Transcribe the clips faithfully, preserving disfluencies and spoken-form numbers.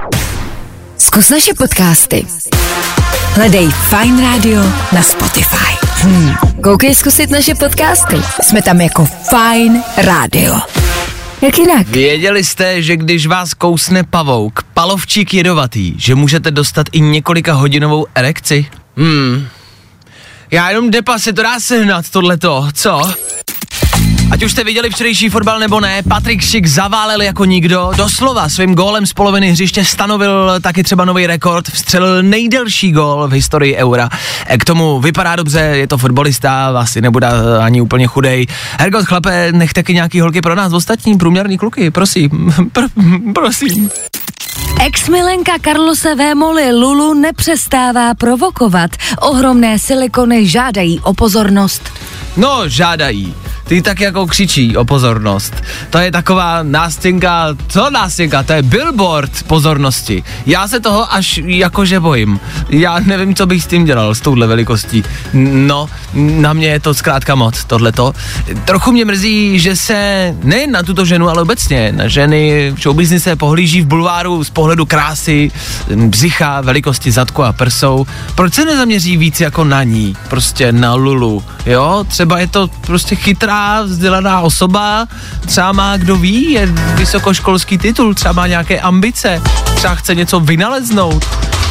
Zkus naše podcasty. Hledej Fajn Radio na Spotify. Hmm. Koukej zkusit naše podcasty. Jsme tam jako Fajn Radio. Jak jinak? Věděli jste, že když vás kousne pavouk, palovčík jedovatý, že můžete dostat i několika hodinovou erekci? Hmm. Já jenom depa se to dá sehnat, tohleto, co? Ať už jste viděli včerejší fotbal nebo ne, Patrik Schick zaválel jako nikdo, doslova svým gólem z poloviny hřiště stanovil taky třeba nový rekord, vstřelil nejdelší gól v historii Eura. K tomu vypadá dobře, je to fotbalista, asi nebude ani úplně chudej. Hergot, chlape, nechte taky nějaký holky pro nás, ostatní průměrný kluky, prosím, pr- prosím. Ex-milenka Carlose Vémoly Lulu nepřestává provokovat. Ohromné silikony žádají o pozornost. No, žádají. Ty tak jako křičí o pozornost. To je taková nástěnka, co nástěnka, to je billboard pozornosti. Já se toho až jakože bojím. Já nevím, co bych s tím dělal, s touhle velikostí. No, na mě je to zkrátka moc, tohleto. Trochu mě mrzí, že se nejen na tuto ženu, ale obecně na ženy v showbiznise pohlíží v bulváru z pohledu krásy, břicha, velikosti zadku a prsou. Proč se nezaměří víc jako na ní, prostě na Lulu, jo? Třeba je to prostě chytrá, vzdělaná osoba, třeba má, kdo ví, je vysokoškolský titul, třeba má nějaké ambice, třeba chce něco vynaleznout,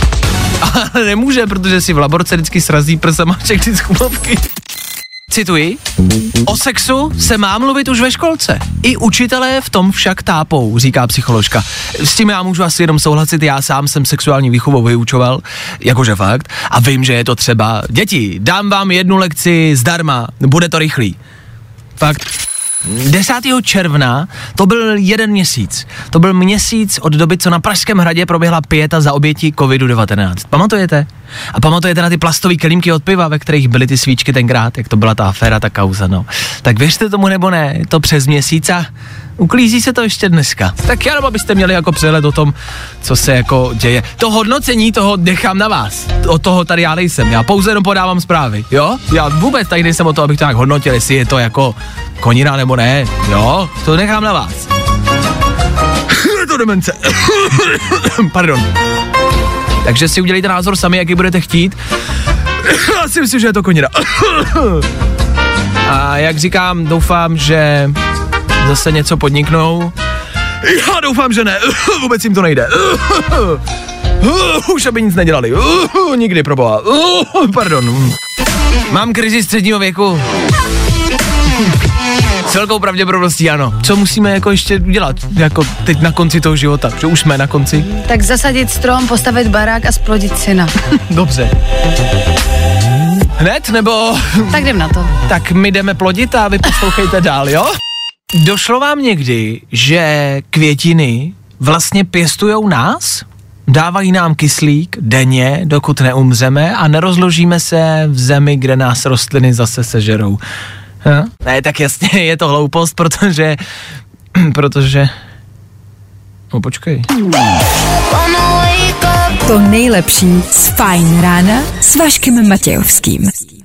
ale nemůže, protože si v laborce vždycky srazí prsa, má všechny zkumovky. Cituji, o sexu se má mluvit už ve školce. I učitelé v tom však tápou, říká psycholožka. S tím já můžu asi jenom souhlasit, já sám jsem sexuální výchovu vyučoval, jakože fakt, a vím, že je to třeba, děti, dám vám jednu lekci zdarma, bude to rychlý. Fakt. desátého června to byl jeden měsíc. To byl měsíc od doby, co na Pražském hradě proběhla pieta za oběti kovidu devatenáct. Pamatujete? A pamatujete na ty plastové kelímky od piva, ve kterých byly ty svíčky tenkrát, jak to byla ta aféra, ta kauza, no. Tak věřte tomu nebo ne, je to přes měsíc a uklízí se to ještě dneska. Tak jenom abyste měli jako přehled o tom, co se jako děje. To hodnocení toho nechám na vás. Od toho tady já nejsem, já pouze jenom podávám zprávy, jo? Já vůbec tady nejsem o to, abych to nějak hodnotil, jestli je to jako konina nebo ne, jo? To nechám na vás. Je to demence. Pardon. Takže si udělejte názor sami, jaký budete chtít. Já si myslím, že je to konina. A jak říkám, doufám, že zase něco podniknou. Já doufám, že ne. Vůbec jim to nejde. Už aby nic nedělali. Nikdy, proboha. Pardon. Mám krizi středního věku. S velkou pravděpodobností ano. Co musíme jako ještě udělat, jako teď na konci toho života, že už jsme na konci? Tak zasadit strom, postavit barák a splodit syna. Dobře. Hned, nebo? Tak jdem na to. Tak my jdeme plodit a vy poslouchejte dál, jo? Došlo vám někdy, že květiny vlastně pěstujou nás? Dávají nám kyslík denně, dokud neumřeme a nerozložíme se v zemi, kde nás rostliny zase sežerou. Ha? Ne, tak jasně, je to hloupost, protože, protože, no počkej. To nejlepší z Fajn rána s Vaškem Matějovským.